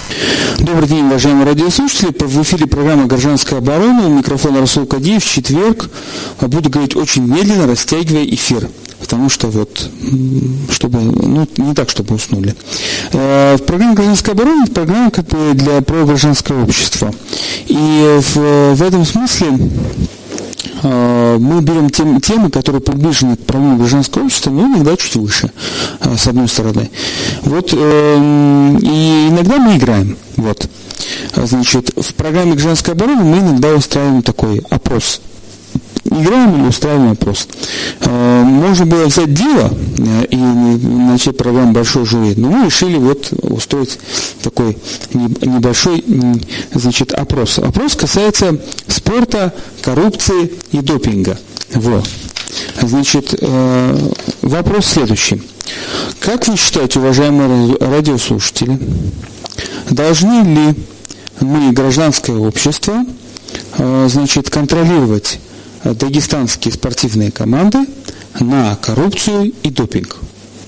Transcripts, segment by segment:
Добрый день, уважаемые радиослушатели. В эфире программа «Гражданская оборона». У микрофона Расул Кадиев. В четверг буду говорить очень медленно, растягивая эфир. Потому что чтобы не так, чтобы уснули. В программе «Гражданская оборона» это программа для програжданского общества. И в этом смысле мы берем темы, которые приближены к проблеме гражданского общества, но иногда чуть выше, с одной стороны. И иногда мы играем. Значит, в программе «Гражданская оборона» мы иногда устраиваем такой опрос. Играем или устраиваем опрос. Можно было взять дело и начать программу «Большой жюри», но мы решили устроить такой небольшой, опрос. Опрос касается спорта, коррупции и допинга. Значит, вопрос следующий. Как вы считаете, уважаемые радиослушатели, должны ли мы, гражданское общество, контролировать дагестанские спортивные команды на коррупцию и допинг?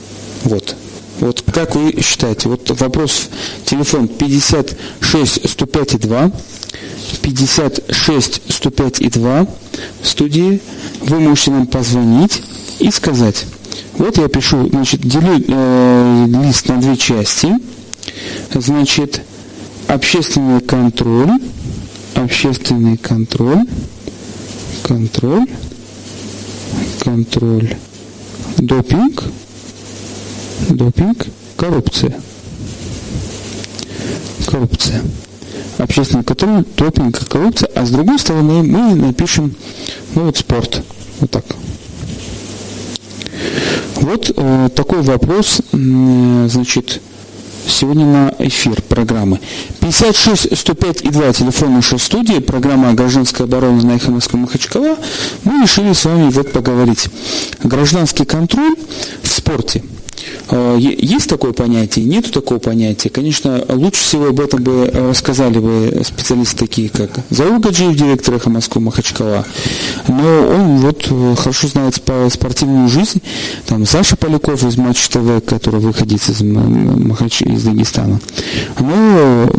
Как вы считаете? Вопрос, телефон 56-105-2, 56-105-2 в студии. Вы можете нам позвонить и сказать. Я пишу, делю лист на две части. Общественный контроль, допинг, коррупция. Общественный контроль, допинг, коррупция, а с другой стороны мы напишем, спорт. Так. Такой вопрос, сегодня на эфир программы. 56-105-2, телефон нашей студии, программа «Гражданская оборона» на Эхо Москвы Махачкала. Мы решили с вами поговорить. Гражданский контроль в спорте. Есть такое понятие, нету такого понятия. Конечно, лучше всего об этом бы рассказали бы специалисты такие, как Заур Гаджиев, директор Эхо Москвы Махачкала. Но он хорошо знает спортивную жизнь. Там Саша Поляков из Матч ТВ, который выходит из Дагестана. Но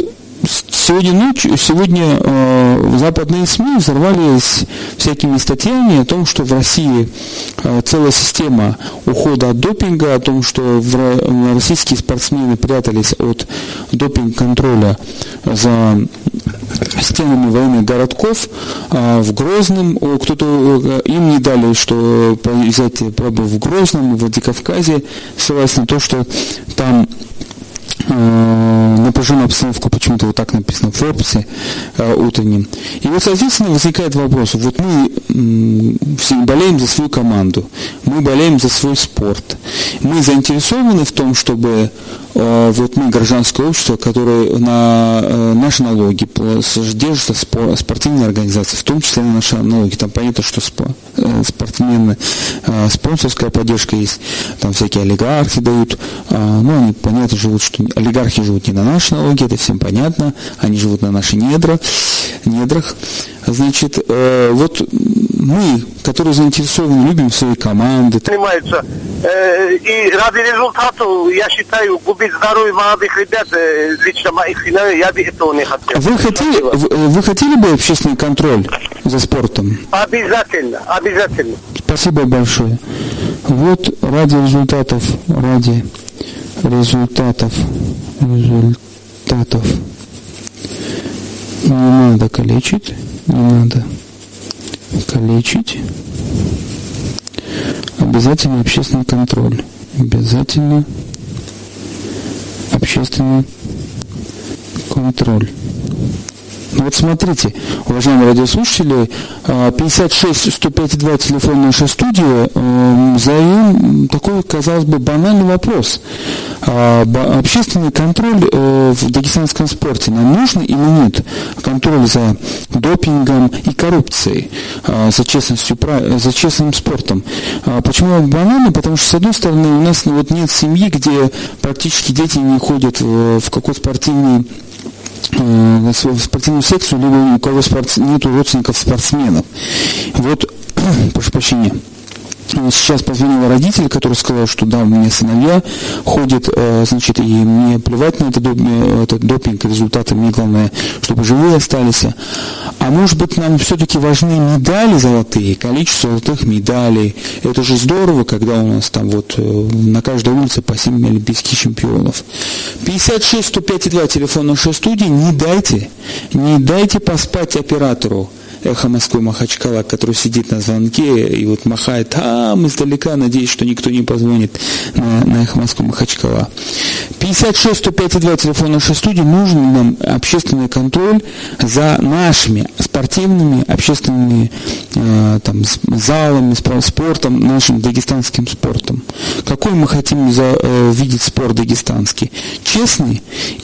Сегодня западные СМИ взорвались всякими статьями о том, что в России целая система ухода от допинга, о том, что российские спортсмены прятались от допинг-контроля за стенами военных городков, в Грозном, им не дали, что взять пробы в Грозном, в Владикавказе, ссылаясь на то, что там напряженную обстановку, почему-то так написано в Форбсе утреннем. И соответственно, возникает вопрос. Мы все болеем за свою команду, мы болеем за свой спорт. Мы заинтересованы в том, чтобы мы, гражданское общество, которое на наши налоги содержит спортивные организации, в том числе на наши налоги. Там понятно, что спортсмены, спонсорская поддержка есть, там всякие олигархи дают, они, понятно, что олигархи живут не на наши налоги, это всем понятно, они живут на наших недрах. Мы, которые заинтересованы, любим свои команды. Занимаются. И ради результата, я считаю, губить здоровье молодых ребят, лично моих сыновей, я бы этого не хотел. Вы хотели бы общественный контроль за спортом? Обязательно. Спасибо большое. Ради результатов. Не надо калечить. Обязательно общественный контроль. Смотрите, уважаемые радиослушатели, 56-105-2, телефон нашей студии, задаем такой, казалось бы, банальный вопрос. Общественный контроль в дагестанском спорте нам нужен или нет? Контроль за допингом и коррупцией, за честным спортом. Почему банально? Потому что, с одной стороны, у нас нет семьи, где практически дети не ходят в какой-то спортивную секцию, либо у кого нет родственников спортсменов. Прошу прощения. Сейчас позвонил родитель, который сказал, что да, у меня сыновья ходят, значит, и мне плевать на этот допинг, результаты, мне главное, чтобы живые остались. А может быть, нам все-таки важны медали золотые, количество золотых медалей. Это же здорово, когда у нас там вот на каждой улице по 7 олимпийских чемпионов. 56-105-2, телефон нашей студии. Не дайте поспать оператору «Эхо Москвы» Махачкала, который сидит на звонке и вот махает там издалека, надеюсь, что никто не позвонит на «Эхо Москвы» Махачкала. 56-105-2, телефон нашей студии. Нужен нам общественный контроль за нашими спортивными, общественными там, залами, спортом, нашим дагестанским спортом. Какой мы хотим видеть спорт дагестанский? Честный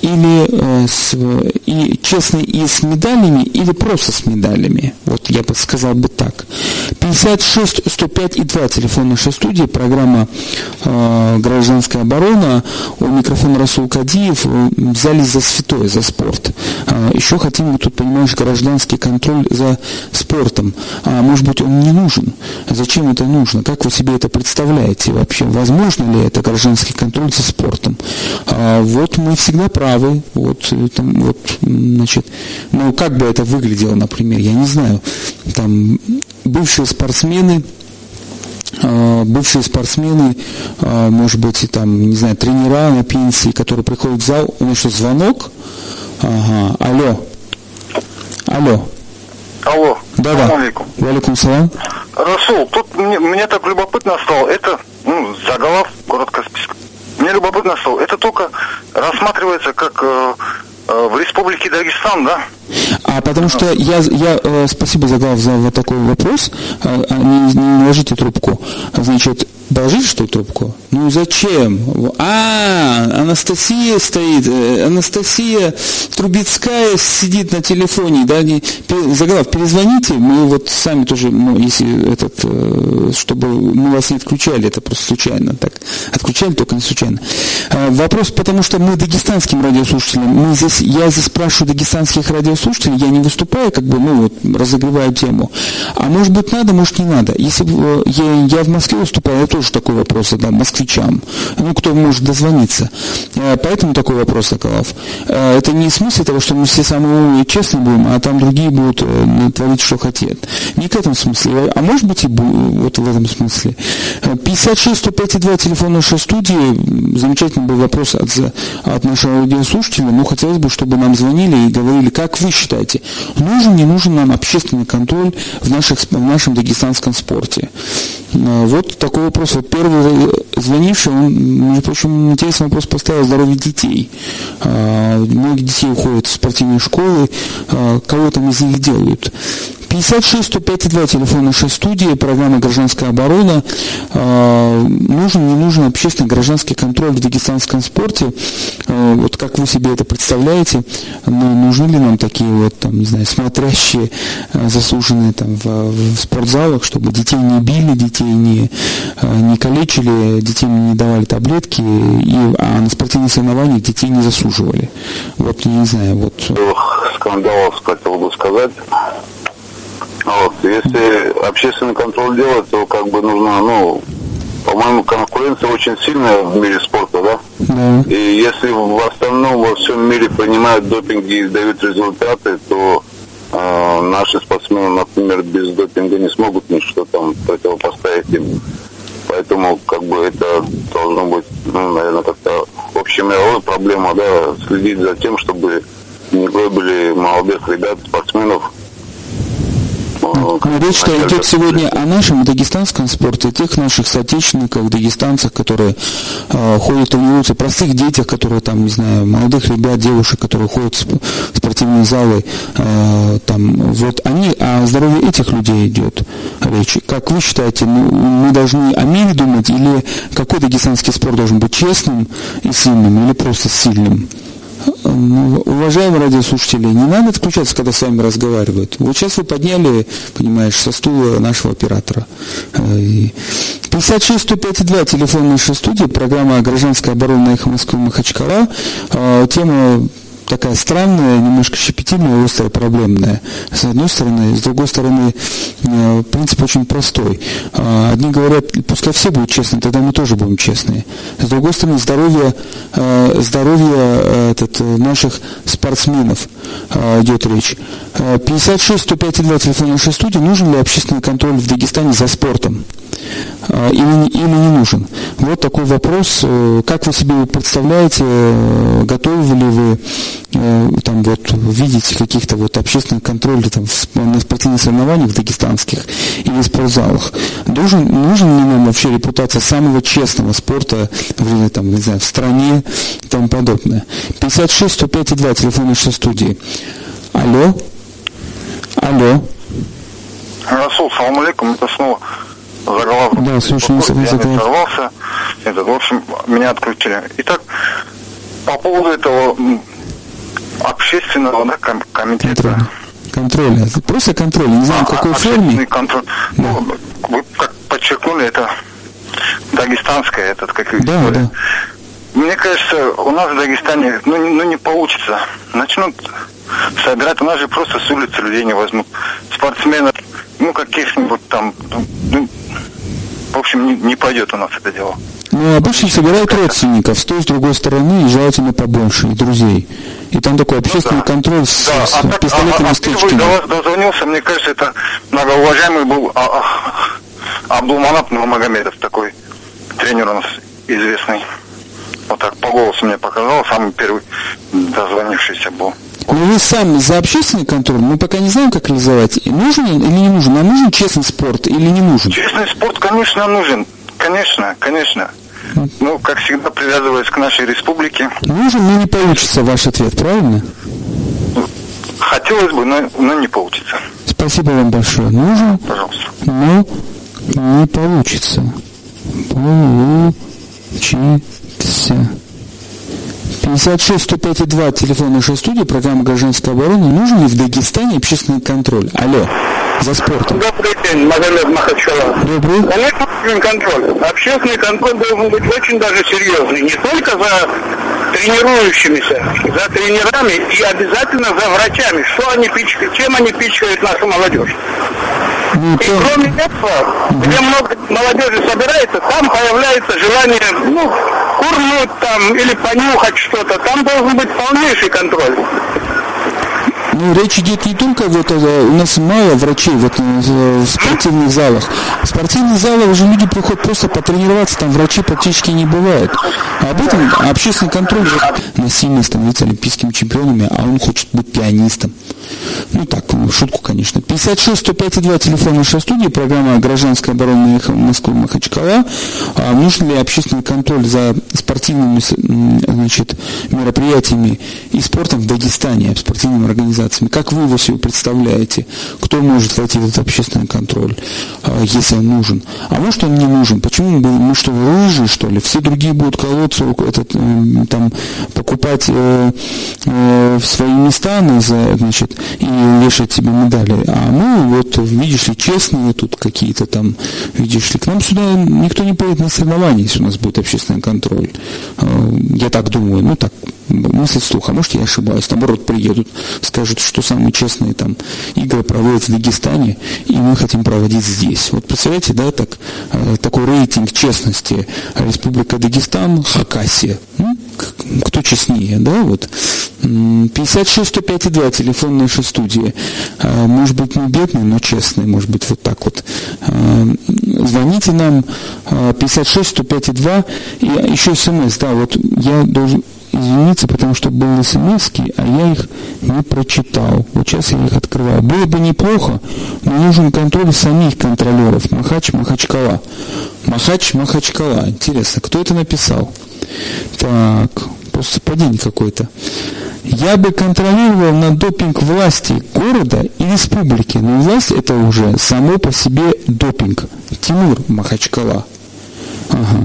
честный и с медалями, или просто с медалями? Вот я бы сказал бы так. 56-105-2, телефон нашей студии, программа «Гражданская оборона». У микрофона Расул Кадиев. Взялись за святое, за спорт. Еще хотим мы тут, понимаешь, гражданский контроль за спортом. А может быть, он не нужен? Зачем это нужно? Как вы себе это представляете вообще? Возможно ли это гражданский контроль за спортом? Вот мы всегда правы. Значит, как бы это выглядело, например, я не знаю. Там бывшие спортсмены, может быть, и там, не знаю, тренера на пенсии, которые приходят в зал, у них что, звонок? Ага, алло. Алло. Да. Валикум салам. Расул, тут мне так любопытно стало, это, заголовок, коротко список. Мне любопытно стало, это только рассматривается как в Республике Дагестан, да? Потому что я спасибо за вот такой вопрос. Не ложите трубку. Значит, положите, что ли, трубку? Ну зачем? Анастасия стоит, Анастасия Трубецкая сидит на телефоне, да, заголовок, перезвоните, мы вот сами тоже, если чтобы мы вас не отключали, это просто случайно, так, отключали только не случайно. Вопрос, потому что мы дагестанским радиослушателям, я здесь спрашиваю дагестанских радиослушателей, я не выступаю, разогреваю тему. А может быть надо, может не надо. Если бы я в Москве выступал, я тоже такой вопрос задам москвичам. Кто может дозвониться. Поэтому такой вопрос, Соколов. Это не в смысле того, что мы все самые умные и честные будем, а там другие будут творить, что хотят. Не к этому смысле. А может быть и вот в этом смысле. 56-105-2, телефон нашей студии. Замечательный был вопрос от нашего радиослушателя. Хотелось бы, чтобы нам звонили и говорили, как вы считаете, нужен, не нужен нам общественный контроль в нашем дагестанском спорте. Вот такой вопрос. Вот первый звонивший, он, между прочим, интересный вопрос поставил о здоровье детей. Многие детей уходят в спортивные школы, кого там из них делают. 56-105-2, телефон нашей студии, программа «Гражданская оборона». Нужен, не нужен общественный гражданский контроль в дагестанском спорте? Вот как вы себе это представляете? Нужны ли нам такие смотрящие, заслуженные там в спортзалах, чтобы детей не били, детей не калечили, детей не давали таблетки, а на спортивных соревнованиях детей не засуживали? Вот, я не знаю, скандалов, хотел бы сказать. Если общественный контроль делать, то нужно, по-моему, конкуренция очень сильная в мире спорта, да? Да. И если в остальном во всем мире принимают допинги и дают результаты, то наши спортсмены, например, без допинга не смогут ничего там противопоставить им. Поэтому это должно быть, наверное, как-то общемировая проблема, да, следить за тем, чтобы не гробили молодых ребят, спортсменов. Речь-то идет сегодня о нашем дагестанском спорте, тех наших соотечественниках, дагестанцах, которые ходят, тренируются, простых детях, которые там, не знаю, молодых ребят, девушек, которые ходят в спортивные залы, о здоровье этих людей идет речь. Как вы считаете, мы должны о мире думать, или какой дагестанский спорт должен быть честным и сильным, или просто сильным? Уважаемые радиослушатели, не надо отключаться, когда с вами разговаривают. Вот сейчас вы подняли, понимаешь, со стула нашего оператора. 56-105-2, телефон нашей студии, программа «Гражданская оборона» «Эхо Москвы» Махачкала. Тема такая странная, немножко щепетильная, острая, проблемная. С одной стороны, с другой стороны, принцип очень простой. Одни говорят, пускай все будут честны, тогда мы тоже будем честные. С другой стороны, здоровье наших спортсменов идет речь. 56-105-2, телефон нашей студии. Нужен ли общественный контроль в Дагестане за спортом? Или не нужен? Вот такой вопрос. Как вы себе представляете, готовы ли вы там вот видеть каких-то вот общественных контролей там на спортивных соревнованиях дагестанских или спортзалах? Нужен ли нам вообще репутация самого честного спорта там, не знаю, в стране и тому подобное? 56-105-2, телефон нашей студии. Алло? Расул, салам алейкум, это снова заголовок. Да, слушаю, я не сорвался. В общем, меня отключили. Итак, по поводу этого общественного комитета. Контроля. Просто контроль. Не знаю, в какой форме. Контроль. Да. Ну, вы как подчеркнули, это дагестанское, Да. Мне кажется, у нас в Дагестане, не получится. Начнут собирать, у нас же просто с улицы людей не возьмут. Спортсменов, каких-нибудь там, в общем, не пойдет у нас это дело. Обычно собирают родственников с той, с другой стороны, и желательно побольше, и друзей. И там такой общественный контроль с пистолетами и стычками. До вас дозвонился, мне кажется, это многоуважаемый был Абдулманап Нурмагомедов, такой тренер у нас известный. Вот так по голосу мне показал, самый первый дозвонившийся был. Вы сами за общественный контроль, мы пока не знаем, как реализовать. Нужен или не нужен? Нам нужен честный спорт или не нужен? Честный спорт, конечно, нужен. Конечно. Как всегда, привязываясь к нашей республике. Нужен, но не получится ваш ответ, правильно? Хотелось бы, но не получится. Спасибо вам большое. Нужен, пожалуйста, но не получится. Получится. 56-105-2, телефон нашей студии, программа «Гражданская оборона». Нужен ли в Дагестане общественный контроль? Алло, за спортом. Добрый день, Магомед Махачкала. Добрый. Общественный контроль. Общественный контроль должен быть очень даже серьезный. Не только за тренирующимися, за тренерами и обязательно за врачами. Что они пичкают, чем они пичкают нашу молодежь. И кроме этого, где много молодежи собирается, там появляется желание, курнуть там или понюхать что-то. Там должен быть полнейший контроль. Речь идет не только у нас мало врачей в спортивных залах. В спортивных залах уже люди приходят просто потренироваться, там врачей практически не бывает. А об этом общественный контроль насильно становится олимпийскими чемпионами, а он хочет быть пианистом. Шутку, конечно. 56-105-2, телефон нашей студии, программа «Гражданская оборона» Москвы Махачкала. Нужен ли общественный контроль за спортивными мероприятиями и спортом в Дагестане, спортивными организациями? Как вы его себе представляете? Кто может войти в этот общественный контроль, если он нужен? А может, он не нужен? Почему мы что, лыжи, что ли? Все другие будут колоться, покупать свои места и вешать себе медали. А мы, видишь ли, честные тут какие-то там, видишь ли, к нам сюда никто не поедет на соревнования, если у нас будет общественный контроль. Я так думаю, мысль вслух, а может, я ошибаюсь. Наоборот, приедут, скажут, что самые честные там игры проводят в Дагестане, и мы хотим проводить здесь. Вот представляете, да, такой рейтинг честности. Республика Дагестан, Хакасия. Кто честнее, да, 56-105-2, телефон нашей студии. Может быть, не бедный, но честный, может быть, вот так вот. Звоните нам 56-105-2, и еще смс, я должен извиниться, потому что был смс-ки, а я их не прочитал. Вот сейчас я их открываю. Было бы неплохо, но нужен контроль самих контролеров. Махачкала. Махачкала. Интересно, кто это написал? Так, просто совпадение какое-то. Я бы контролировал на допинг власти города и республики. Но власть это уже само по себе допинг. Тимур Махачкала. Ага.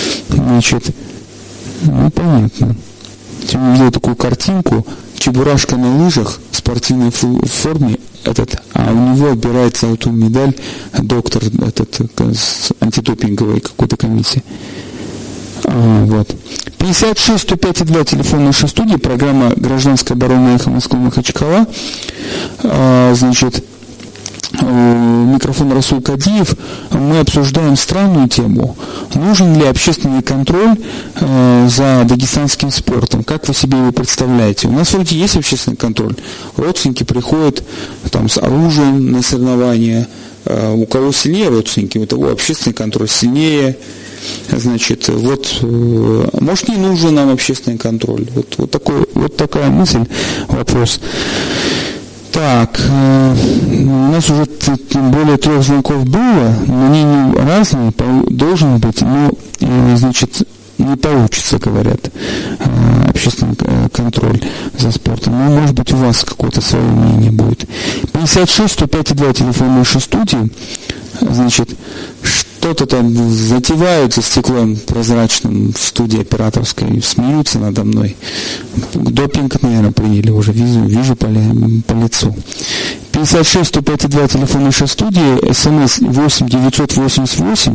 Понятно. Я видел такую картинку. Чебурашка на лыжах в спортивной форме, а у него отбирает золотую медаль доктор с антидопинговой какой-то комиссии. Вот. 56-105-2, телефон нашей студии, программа «Гражданская оборона» «Эхо Москвы» Махачкала. Значит, микрофон Расул Кадиев. Мы обсуждаем странную тему. Нужен ли общественный контроль за дагестанским спортом? Как вы себе его представляете? У нас вроде есть общественный контроль. Родственники приходят там, с оружием на соревнования. У кого сильнее родственники, у того общественный контроль сильнее. Значит, вот, может, не нужен нам общественный контроль? Вот такая мысль, вопрос. Так, у нас уже более 3 звонков было, мнения разные, должен быть, но, значит, не получится, говорят, общественный контроль за спортом. Ну, может быть, у вас какое-то свое мнение будет. 56-105-2, телефон нашей студии. Значит, что-то там затевают за стеклом прозрачным в студии операторской, смеются надо мной. Допинг, наверное, приняли уже, вижу по лицу. 56-105-2, телефон нашей студии, смс 8-988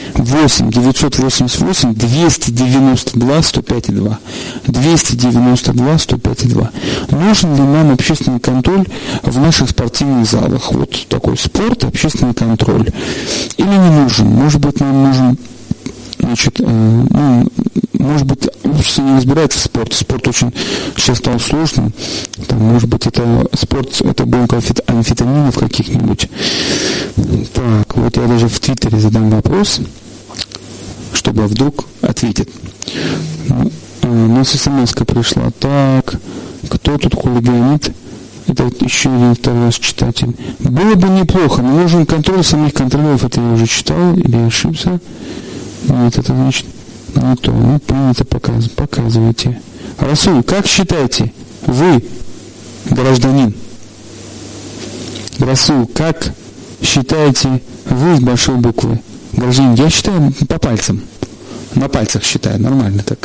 292-105-2. 292-105-2. Нужен ли нам общественный контроль в наших спортивных залах? Вот такой спорт, общественный контроль. Или не нужен? Может быть, нам нужен, значит, может быть, общество не разбирается в спорте. Спорт очень сейчас стал сложным. Там, может быть, это спорт, это гонка амфетаминов каких-нибудь. Так, вот я даже в Твиттере задам вопрос, чтобы вдруг ответит. У нас смс-ка пришла. Так, кто тут хулиганит? Это вот еще один второй раз читатель. Было бы неплохо, но нужен контроль самих контролеров. Это я уже читал или ошибся? Нет, это значит не то. Ну, принято показывайте. Расул, как считаете? Вы, гражданин. Расул, как считаете вы с большой буквы? Гражданин, я считаю по пальцам. На пальцах считаю, нормально так.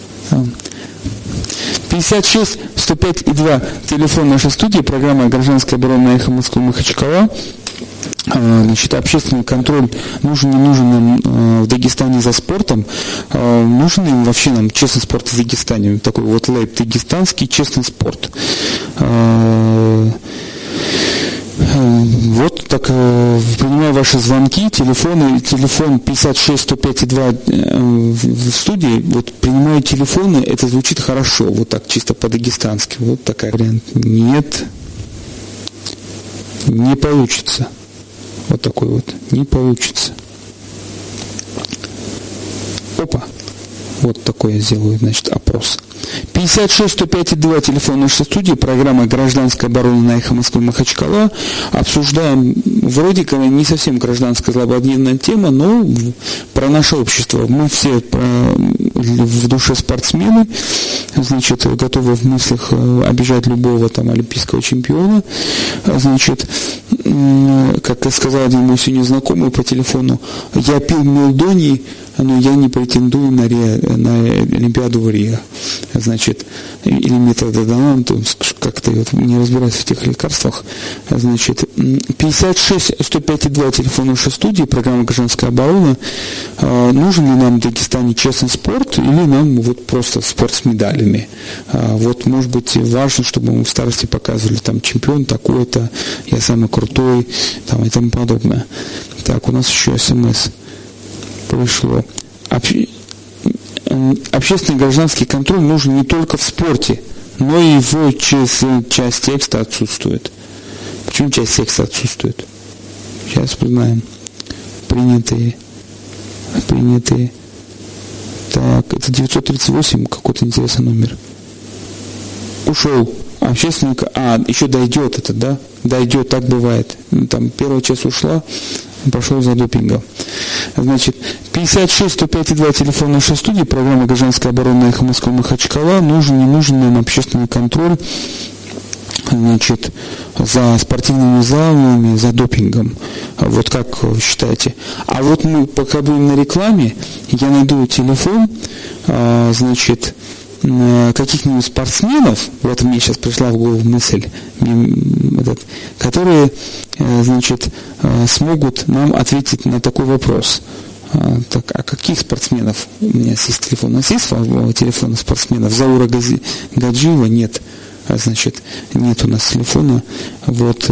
56-105-2, телефон нашей студии, программа «Гражданская оборона» «Эхо Москвы» Махачкала. Значит, общественный контроль нужен, не нужен нам в Дагестане за спортом. Нужен ли вообще нам честный спорт в Дагестане? Такой вот лейб дагестанский честный спорт. Вот так, принимаю ваши звонки, телефон 56-105-2 в студии. Вот принимаю телефоны, это звучит хорошо, вот так чисто по-дагестански. Вот такой вариант. Нет, не получится. Вот такой вот, не получится. Опа. Вот такой я сделаю, значит, опрос. 56-105-2, телефон нашей студии, программа «Гражданская оборона» на «Эхо Москвы» Махачкала. Обсуждаем, вроде как, не совсем гражданская злободневная тема, но про наше общество. Мы все в душе спортсмены, значит, готовы в мыслях обижать любого там олимпийского чемпиона. Значит, как сказал один мой сегодня знакомый по телефону, я пил мелдоний, но я не претендую на Олимпиаду в Рио. Значит, или метадон, как-то вот не разбираюсь в этих лекарствах. Значит, 56-105-2, телефон нашей студии, программа «Гражданская оборона». Нужен ли нам в Дагестане честный спорт, или нам вот просто спорт с медалями? Вот, может быть, важно, чтобы мы в старости показывали, там, чемпион такой-то, я самый крутой, там, и тому подобное. Так, у нас еще СМС пришло. Общественный гражданский контроль нужен не только в спорте, но и его часть текста отсутствует. Почему часть текста отсутствует? Сейчас узнаем. Принятые. Так, это 938, какой-то интересный номер. Ушел. Общественный... еще дойдет это, да? Дойдет, так бывает. Там первая часть ушла, пошел за допингом. Значит, 56-105-2, телефон нашей студии, программа «Гражданская оборона» «Эхо Москвы» Махачкала. Нужен, не нужен нам общественный контроль, значит, за спортивными залами, за допингом. Вот как вы считаете? А вот мы, пока будем на рекламе, я найду телефон, значит, каких-нибудь спортсменов, вот мне сейчас пришла в голову мысль, которые, значит, смогут нам ответить на такой вопрос. Так, а каких спортсменов? У меня есть телефон. У нас есть телефон спортсменов? Заура Гаджиева нет. Значит, нет у нас телефона. Вот,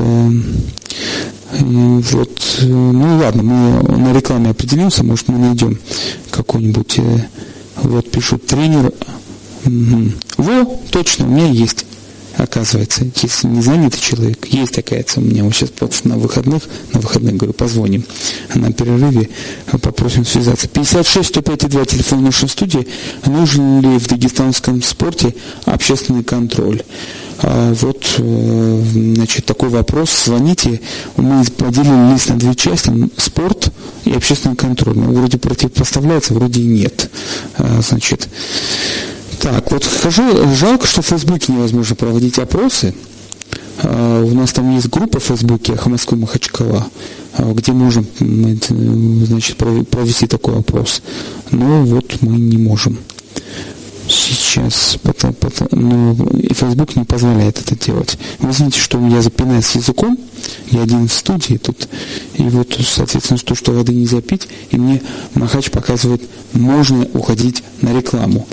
ну ладно, мы на рекламе определимся, может мы найдем какой-нибудь, вот пишут тренер. Во, точно, у меня есть. Оказывается, если не занятый человек, есть, оказывается, у меня вот сейчас на выходных, говорю, позвоним на перерыве, попросим связаться. 56-105-2, телефон нашей студии. Нужен ли в дагестанском спорте общественный контроль? Вот, значит, такой вопрос. Звоните. Мы поделили лист на две части. Спорт и общественный контроль. Ну, вроде противопоставляется, вроде и нет. Значит, так, вот скажу, жалко, что в Фейсбуке невозможно проводить опросы. У нас там есть группа в Фейсбуке «Эхо Москвы Махачкала», где можем, значит, провести такой опрос. Но вот мы не можем. Сейчас, и Facebook не позволяет это делать. Вы знаете, что я запинаюсь языком, я один в студии тут, и вот, соответственно, то, что воды нельзя пить, и мне Махач показывает, можно уходить на рекламу.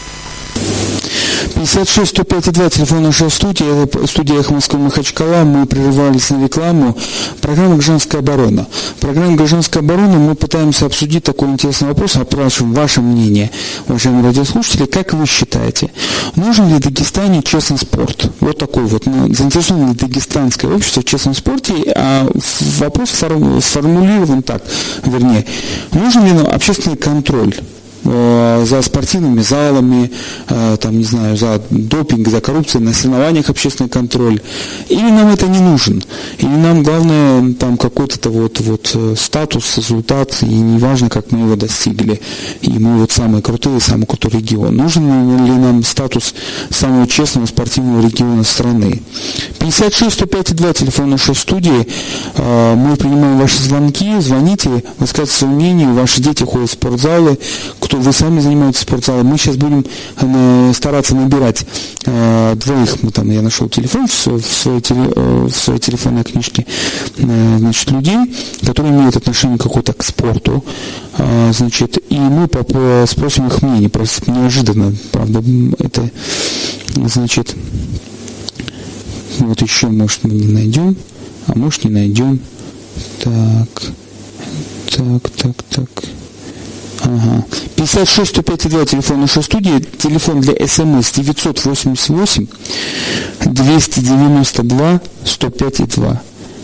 56-105-2, телефон нашей студии, это студия «Эхо Москвы Махачкала». Мы прерывались на рекламу. Программа «Гражданская оборона». Программа «Гражданская оборона» мы пытаемся обсудить такой интересный вопрос, опрашиваем ваше мнение, уважаемые радиослушатели. Как вы считаете, нужен ли в Дагестане честный спорт? Вот такой вот. Заинтересовано ли дагестанское общество в честном спорте? А вопрос сформулирован так, вернее, нужен ли общественный контроль за спортивными залами, там, не знаю, за допинг, за коррупцию на соревнованиях, общественный контроль. Или нам это не нужен? Или нам главное там какой-то вот статус, результат, и неважно, как мы его достигли. И мы вот самые крутые, самый крутой регион. Нужен ли нам статус самого честного спортивного региона страны? 56-105-2, телефон нашей студии. Мы принимаем ваши звонки. Звоните, высказывайте свое мнение. Ваши дети ходят в спортзалы. Вы сами занимаетесь спортзалом. Мы сейчас будем стараться набирать двоих. Я нашел телефон в своей телефонной книжке. Значит, людей, которые имеют отношение какое-то к спорту. Значит, и мы спросим их мнение. Просто неожиданно, правда, это, значит, вот еще, может, мы не найдем, а может, не найдем. Так. Ага. 56-105-2, телефон нашей студии, телефон для СМС 988 292 105,2.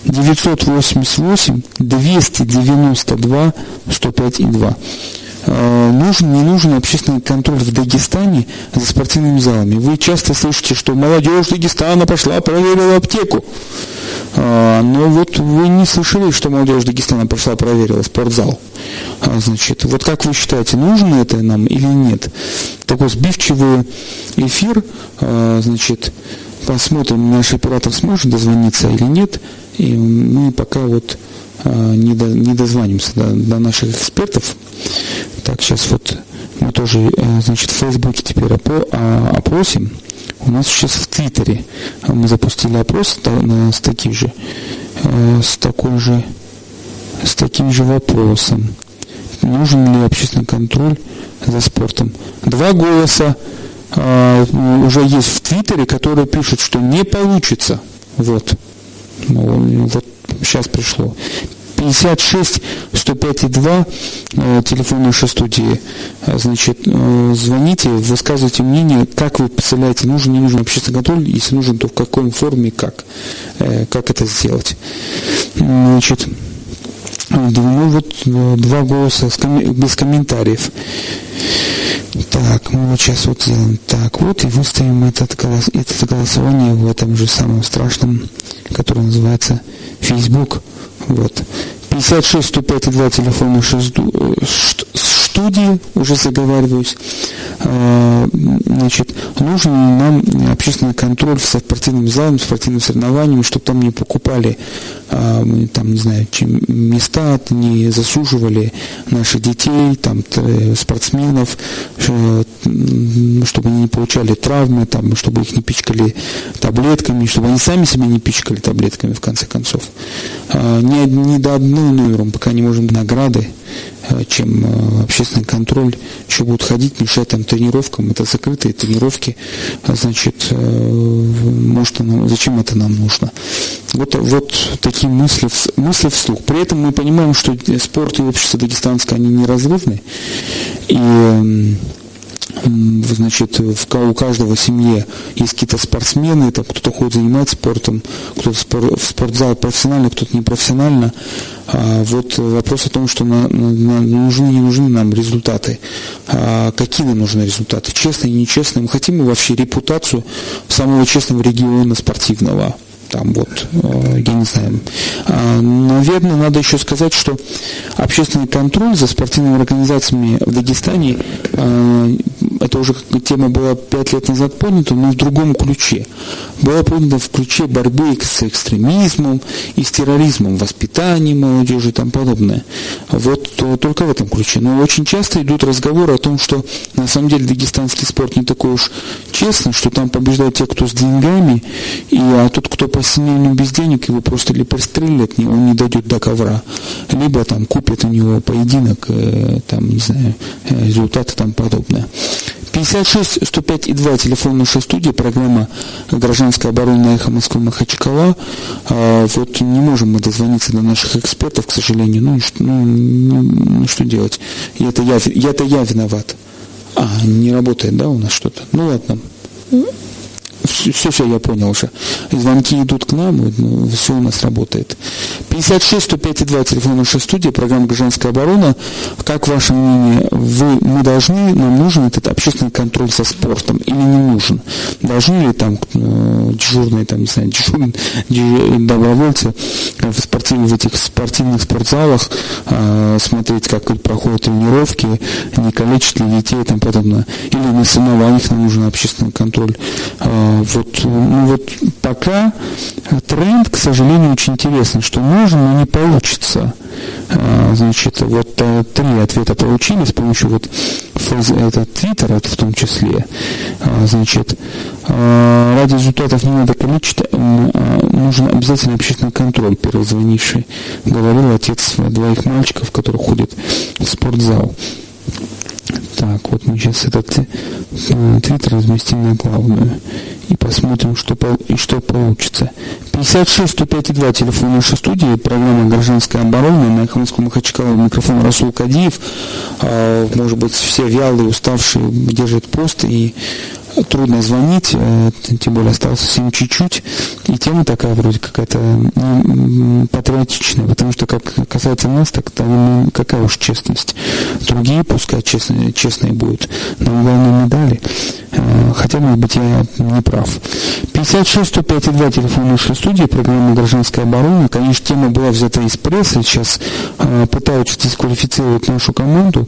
988 292 105,2. Нужен, не нужен общественный контроль в Дагестане за спортивными залами. Вы часто слышите, что молодежь Дагестана пошла, проверила аптеку. Но вот вы не слышали, что молодежь Дагестана пошла, проверила спортзал. Значит, вот как вы считаете, нужно это нам или нет? Такой сбивчивый эфир, значит, посмотрим, наш оператор сможет дозвониться или нет. И мы пока вот не дозвонимся до наших экспертов. Так, сейчас вот мы тоже, значит, в Фейсбуке теперь опросим. У нас сейчас в Твиттере мы запустили опрос с таким же вопросом. Нужен ли общественный контроль за спортом? 2 голоса уже есть в Твиттере, которые пишут, что не получится. Вот сейчас пришло. 56-105-2, телефон нашей студии. Значит, звоните, высказывайте мнение, как вы представляете, нужен, не нужен общественный контроль, если нужен, то в какой форме, как это сделать. Значит, ну вот 2 голоса без комментариев. Так, мы вот сейчас вот сделаем так вот и выставим это голосование в этом же самом страшном, которое называется Facebook. Вот. 56-105-2, телефон нашей студии, уже заговариваюсь. Значит, нужен нам общественный контроль со спортивным залом, спортивным соревнованием, чтобы там не покупали, там, не знаю, места, не засуживали наших детей, там, спортсменов, чтобы они не получали травмы, там, чтобы их не пичкали таблетками, чтобы они сами себя не пичкали таблетками, в конце концов. Ни до одного номером, пока не можем награды, чем общественный контроль еще будет ходить, мешать там тренировкам. Это закрытые тренировки, значит, может, зачем это нам нужно? Вот такие мысли вслух. При этом мы понимаем, что спорт и общество дагестанское, они неразрывны. И значит, у каждого в семье есть какие-то спортсмены, там кто-то ходит заниматься спортом, кто-то в спортзал профессионально, кто-то непрофессионально. Вот вопрос о том, что нужны, не нужны нам результаты. Какие нам нужны результаты? Честные и нечестные. Мы хотим вообще репутацию самого честного региона спортивного. Там вот, я не знаю. Наверное, надо еще сказать, что общественный контроль за спортивными организациями в Дагестане, это уже тема была 5 лет назад поднята, но в другом ключе. Была поднята в ключе борьбы с экстремизмом и с терроризмом, воспитанием молодежи и тому подобное. Вот только в этом ключе. Но очень часто идут разговоры о том, что на самом деле дагестанский спорт не такой уж честный, что там побеждают те, кто с деньгами, а тот, кто по семейным без денег, его просто или пристрелят, он не дойдет до ковра, либо там купят у него поединок, там, не знаю, результаты и тому подобное. 56 105 и 2, телефон нашей студии, программа «Гражданская оборона» на Эхо Москвы Махачкала. Вот не можем мы дозвониться до наших экспертов, к сожалению. Что делать? Я-то виноват. Не работает, да, у нас что-то? Ну ладно. Все, я понял уже. Звонки идут к нам, все у нас работает. 56 105 и 2, телефон нашей студии, программа «Гражданская оборона». Как ваше мнение, мы должны, нам нужен этот общественный контроль за спортом или не нужен? Должны ли там дежурные, там, не знаю, добровольцы в этих спортивных спортзалах смотреть, как проходят тренировки, не калечат ли детей и тому подобное? Или на соревнованиях нам нужен общественный контроль? Вот пока тренд, к сожалению, очень интересный, что можно, но не получится. Значит, вот 3 ответа получили с помощью Твиттера, в том числе. Значит, ради результатов не надо количество, нужен обязательно общественный контроль. Первый звонивший говорил отец 2 мальчиков, которые ходят в спортзал. Так, вот мы сейчас этот твиттер разместим на главную и посмотрим, что получится. 56 105 и 2, телефон нашей студии, программа «Гражданская оборона», на Эхо Москвы Махачкала, микрофон Расул Кадиев. Может быть, все вялые, уставшие держат пост, и трудно звонить, тем более осталось совсем чуть-чуть, и тема такая вроде какая-то патриотичная, потому что, как касается нас, так какая уж честность. Другие пускай честные будут, но главное медали. Хотя, может быть, я не прав. 56 105 и 2, телефон нашей студии, программа «Гражданская оборона». Конечно, тема была взята из прессы, сейчас пытаются дисквалифицировать нашу команду,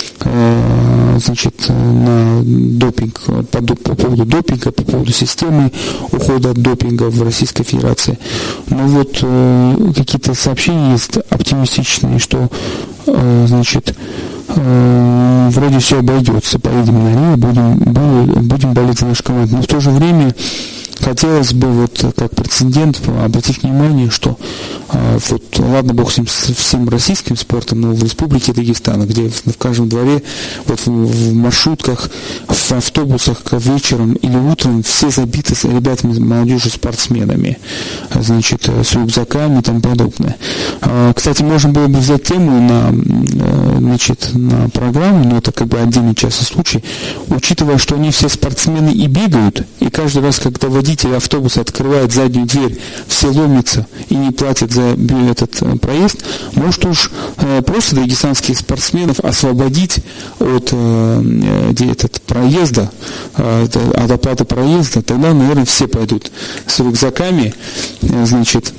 значит, на допинг, по поводу допинга, по поводу системы ухода от допинга в Российской Федерации. Но вот какие-то сообщения есть оптимистичные, что, значит, вроде все обойдется, поедем на Рио, будем болеть за нашу команду. Но в то же время хотелось бы, вот как прецедент, обратить внимание, что вот ладно бог всем российским спортом, но в Республике Дагестан, где в каждом дворе, вот в маршрутках, в автобусах вечером или утром все забиты с ребятами, молодежью, спортсменами, значит, с рюкзаками и тому подобное. Кстати, можно было бы взять тему на программу, но это как бы отдельный частный случай, учитывая, что они все спортсмены и бегают, и каждый раз, когда водитель автобуса открывает заднюю дверь, все ломятся и не платят за этот проезд, может уж просто дагестанских спортсменов освободить от проезда, от оплаты проезда, тогда, наверное, все пойдут с рюкзаками, значит,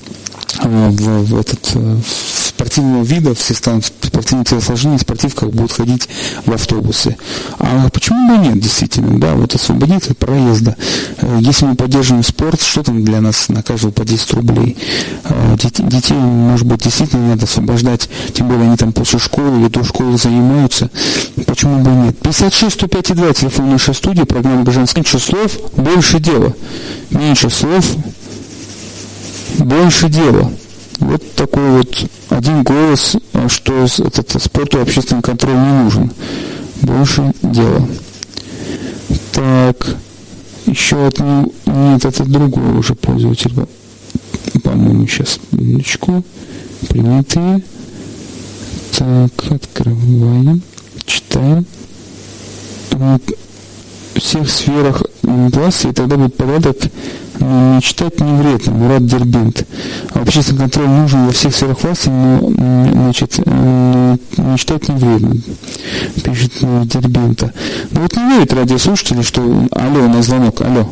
в спортивного вида, все станут спортивные телосложения, в спортивках будут ходить в автобусы. А почему бы нет, действительно, да, вот освободить от проезда. Если мы поддерживаем спорт, что там для нас на каждого по 10 рублей? Детей, может быть, действительно надо освобождать, тем более они там после школы или до школы занимаются. Почему бы нет? 56 105 и 2, телефон нашей студии, программа «Гражданская». Меньше слов, больше дела. Меньше слов, больше дела. Вот такой вот один голос, что этот спорту общественный контроль не нужен. Больше дела. Так, еще нет, это другой уже пользователь. По-моему, сейчас, минуточку. Принятые. Так, открываем, читаем. В всех сферах власти, и тогда будет порядок. Не читать не вредно, Мурат Дербент. Общественный контроль нужен во всех сферах власти, но не читать не вредно, пишет Дербента. Ну вот не верят радиослушатели, что... Алло, у нас звонок, алло.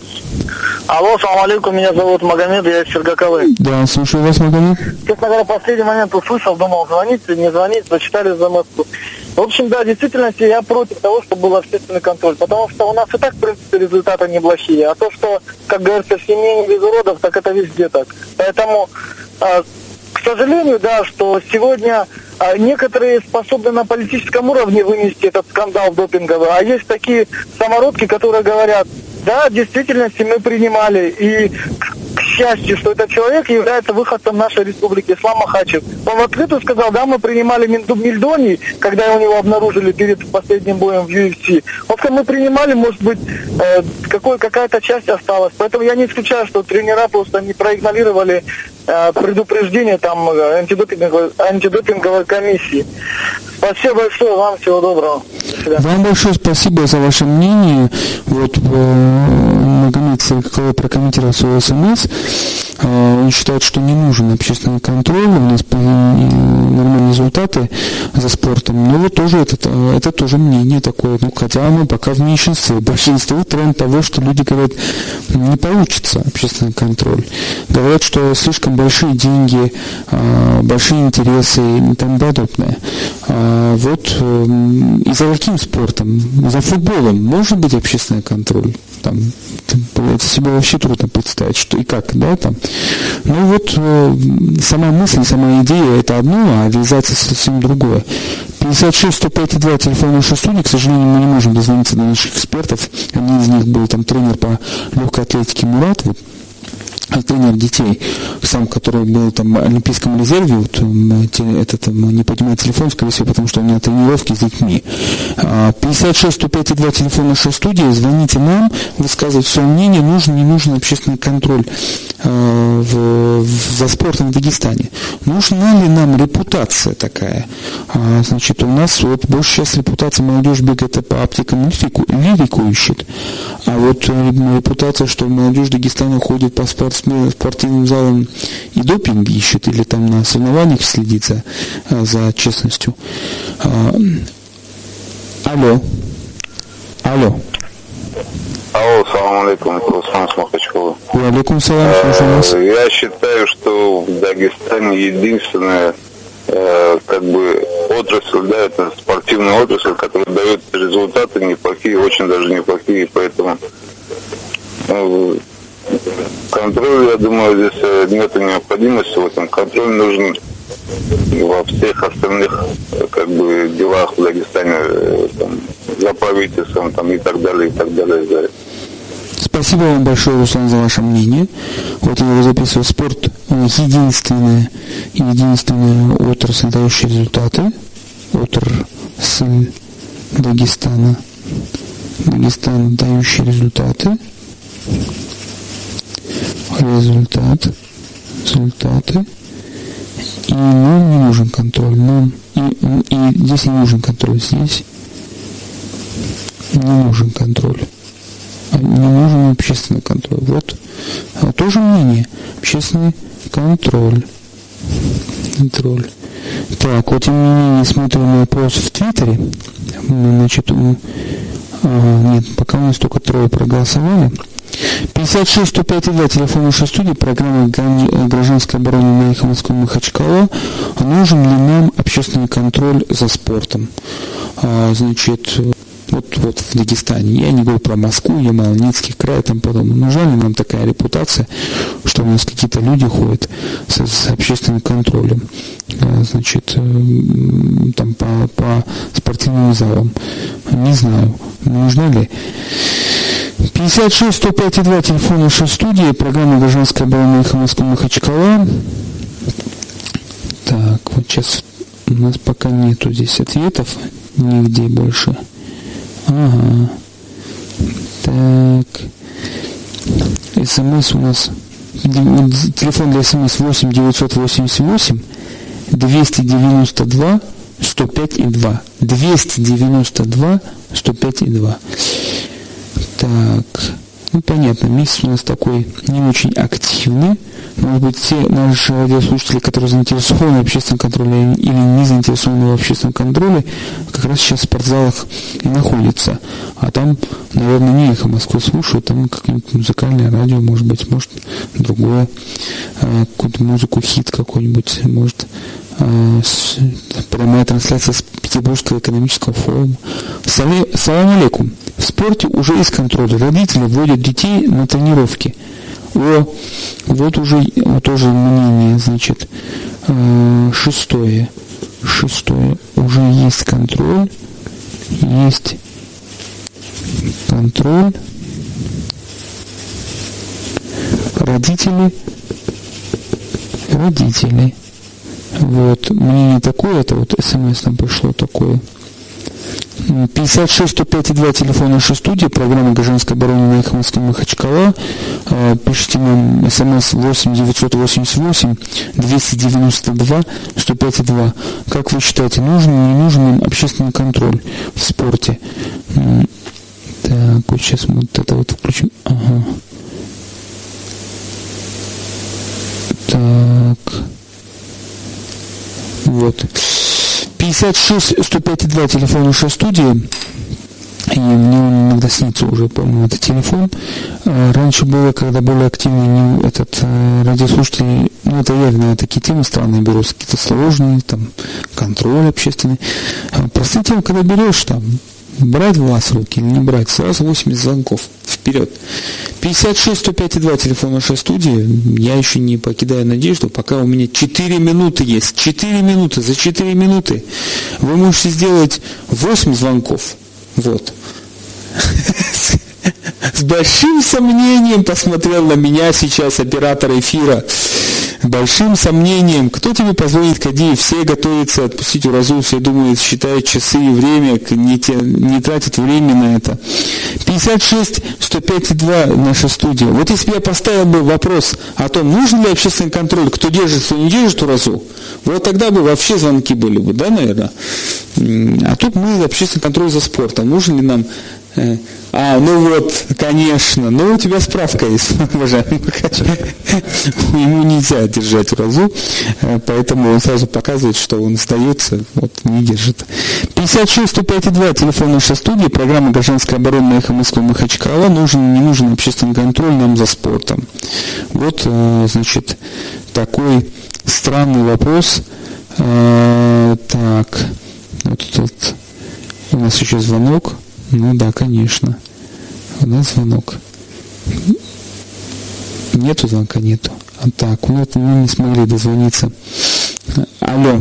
Алло, салам алейкум, меня зовут Магомед, я из Чергаковы. Да, слушаю вас, Магомед. Честно говоря, в последний момент услышал, думал, звонить или не звонить, зачитали ЗМС-ку. В общем, да, в действительности я против того, чтобы был общественный контроль, потому что у нас и так, в принципе, результаты неплохие. А то, что, как говорится, в семье не без уродов, так это везде так. Поэтому, к сожалению, да, что сегодня некоторые способны на политическом уровне вынести этот скандал допинговый, а есть такие самородки, которые говорят, да, в действительности мы принимали, и к счастью, что этот человек является выходцем нашей республики, Ислам Махачев. Он в открытую сказал, да, мы принимали Мельдоний, когда у него обнаружили перед последним боем в UFC. Он сказал, мы принимали, может быть, какая-то часть осталась. Поэтому я не исключаю, что тренера просто не проигнорировали предупреждение там антидопинговой комиссии. Спасибо большое, вам всего доброго. Вам большое спасибо за ваше мнение. Вот Магомед Саркалов прокомментировал свой СМС. Он считает, что не нужен общественный контроль, у нас нормальные результаты за спортом. Но вот тоже это тоже мнение такое. Ну, хотя оно пока в меньшинстве. Большинство тренд того, что люди говорят, не получится общественный контроль. Говорят, что слишком большие деньги, большие интересы и тому подобное. Вот и за каким спортом? За футболом может быть общественный контроль? Там, это себе вообще трудно представить, что и как, да, там. Ну вот сама мысль, сама идея это одно, а реализация совсем другое. 56-105-2, телефон нашей студии, к сожалению, мы не можем дозвониться до наших экспертов. Один из них был там тренер по легкой атлетике Мурат, вот, тренер детей, сам, который был там в Олимпийском резерве, вот, не поднимает телефон, скорее всего, потому что у меня тренировки с детьми. 56-105-2, телефон нашей студии, звоните нам, высказывайте свое мнение, нужен, не нужен общественный контроль за спортом в Дагестане. Нужна ли нам репутация такая? Значит, у нас вот больше сейчас репутация молодежь бегает по аптекам лирику ищет, а вот репутация, что молодежь Дагестана ходит по спортивным залам и допинг ищет, или там на соревнованиях следит за честностью. Алло. Алло, салам алейкум, это Руслан с Махачкалы. Алейкум салам, слушаю вас. Я считаю, что в Дагестане единственная отрасль, да, это спортивная отрасль, которая дает результаты неплохие, очень даже неплохие, поэтому контроль, я думаю, здесь нет необходимости в этом. Контроль нужен во всех остальных делах в Дагестане, там, за правительством там, и так далее, и так далее, и так далее. Спасибо вам большое, Руслан, за ваше мнение. Вот я его записываю. Спорт единственная отрасль, дающая результаты. Отрасль Дагестана, дающая результаты. Результаты. И нам не нужен контроль. И здесь не нужен контроль. Здесь не нужен контроль. Не нужен общественный контроль. Вот тоже мнение. Общественный контроль. Так, вот тем не менее смотрю на опрос в Твиттере. Значит, нет, пока у нас только 3 проголосовали. 56-105-2, телефон нашей студии, программа «Гражданская оборона» на Эхо Москвы Махачкала. Нужен ли нам общественный контроль за спортом? Значит, вот в Дагестане, я не говорю про Москву, Ямал-Ненецкий край и тому подобное. Нужна ли нам такая репутация, что у нас какие-то люди ходят с общественным контролем, значит, там по спортивным залам? Не знаю, нужна ли. 56-105-2, телефон нашей студии, программа «Гражданская оборона» Эхо Москвы Махачкала. Так, вот сейчас у нас пока нету здесь ответов нигде больше. Ага. Так. СМС у нас. Телефон для СМС 8 988 292 105 и 2. 292 105 и 2. Так. Ну, понятно, месяц у нас такой не очень активный. Может быть, те наши радиослушатели, которые заинтересованы в общественном контроле или не заинтересованы в общественном контроле, как раз сейчас в спортзалах и находятся. А там, наверное, не «Эхо Москвы» слушают, там какое-нибудь музыкальное радио, может быть, другое, какую-то музыку, хит какой-нибудь, может, прямая трансляция с Петербургского экономического форума. Салам алейкум. В спорте уже есть контроль. Родители вводят детей на тренировки. Вот уже тоже мнение, значит, шестое. Уже есть контроль. Родители. Вот, мнение такое, это вот СМС нам пришло такое. 56 105 2, телефон нашей студии, программа «Гражданская оборона» на «Эхо Москвы» Махачкала. Пишите нам СМС 8 988 292 105 2. Как вы считаете, нужен или не нужен нам общественный контроль в спорте? Так, вот сейчас мы вот это вот включим. Ага. Так. Вот. 56 105 2, телефон нашей студии. И мне он иногда снится уже, по-моему, этот телефон. Раньше было, когда более активный радиослушатели, ну, это явно такие темы странные берут, какие-то сложные, там, контроль общественный. Простые темы, когда берешь, там, брать власть в руки или не брать, сразу 80 звонков. Вперед. 56 105 2, телефон нашей студии. Я еще не покидаю надежду, пока у меня 4 минуты есть. 4 минуты. За 4 минуты вы можете сделать 8 звонков. Вот. С большим сомнением посмотрел на меня сейчас оператор эфира. Большим сомнением. Кто тебе позвонит, Кадиев? Все готовятся отпустить Уразу, все думают, считают часы и время, не тратят время на это. 56 105 2, наша студия. Вот если бы я поставил бы вопрос о том, нужен ли общественный контроль, кто держит, кто не держит Уразу, вот тогда бы вообще звонки были бы, да, наверное? А тут мы общественный контроль за спортом. Нужен ли нам... ну вот, конечно. Ну, у тебя справка есть, уважаемый. Ему нельзя держать Уразу, поэтому он сразу показывает, что он сдается, вот, не держит. 56 105 2, телефон нашей студии, программа «Гражданская оборона» на «Эхо Москвы» Махачкала. Нужен, не нужен общественный контроль нам за спортом. Вот, значит, такой странный вопрос. Так, вот тут у нас еще звонок. Ну да, конечно. У нас звонок. Нету звонка, нету. Так, вот мы не смогли дозвониться. Алло.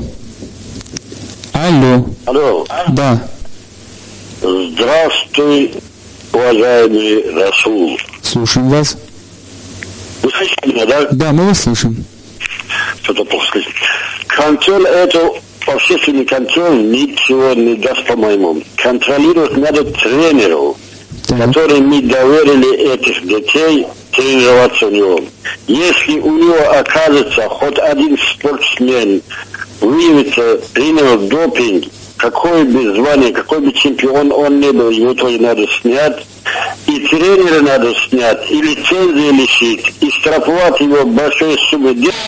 Да. Здравствуй, уважаемый Расул. Слушаем вас. Вы слышите меня, да? Да, мы вас слышим. Что-то плохо слышно. Контроль это... Общественный контроль ничего не даст, по-моему. Контролировать надо тренеров, которым мы доверили этих детей тренироваться у него. Если у него окажется хоть один спортсмен, выявится, принял допинг, какой бы звание, какой бы чемпион он не был, его тоже надо снять. И тренера надо снять, и лицензию лишить, и штрафовать его большой суммы денег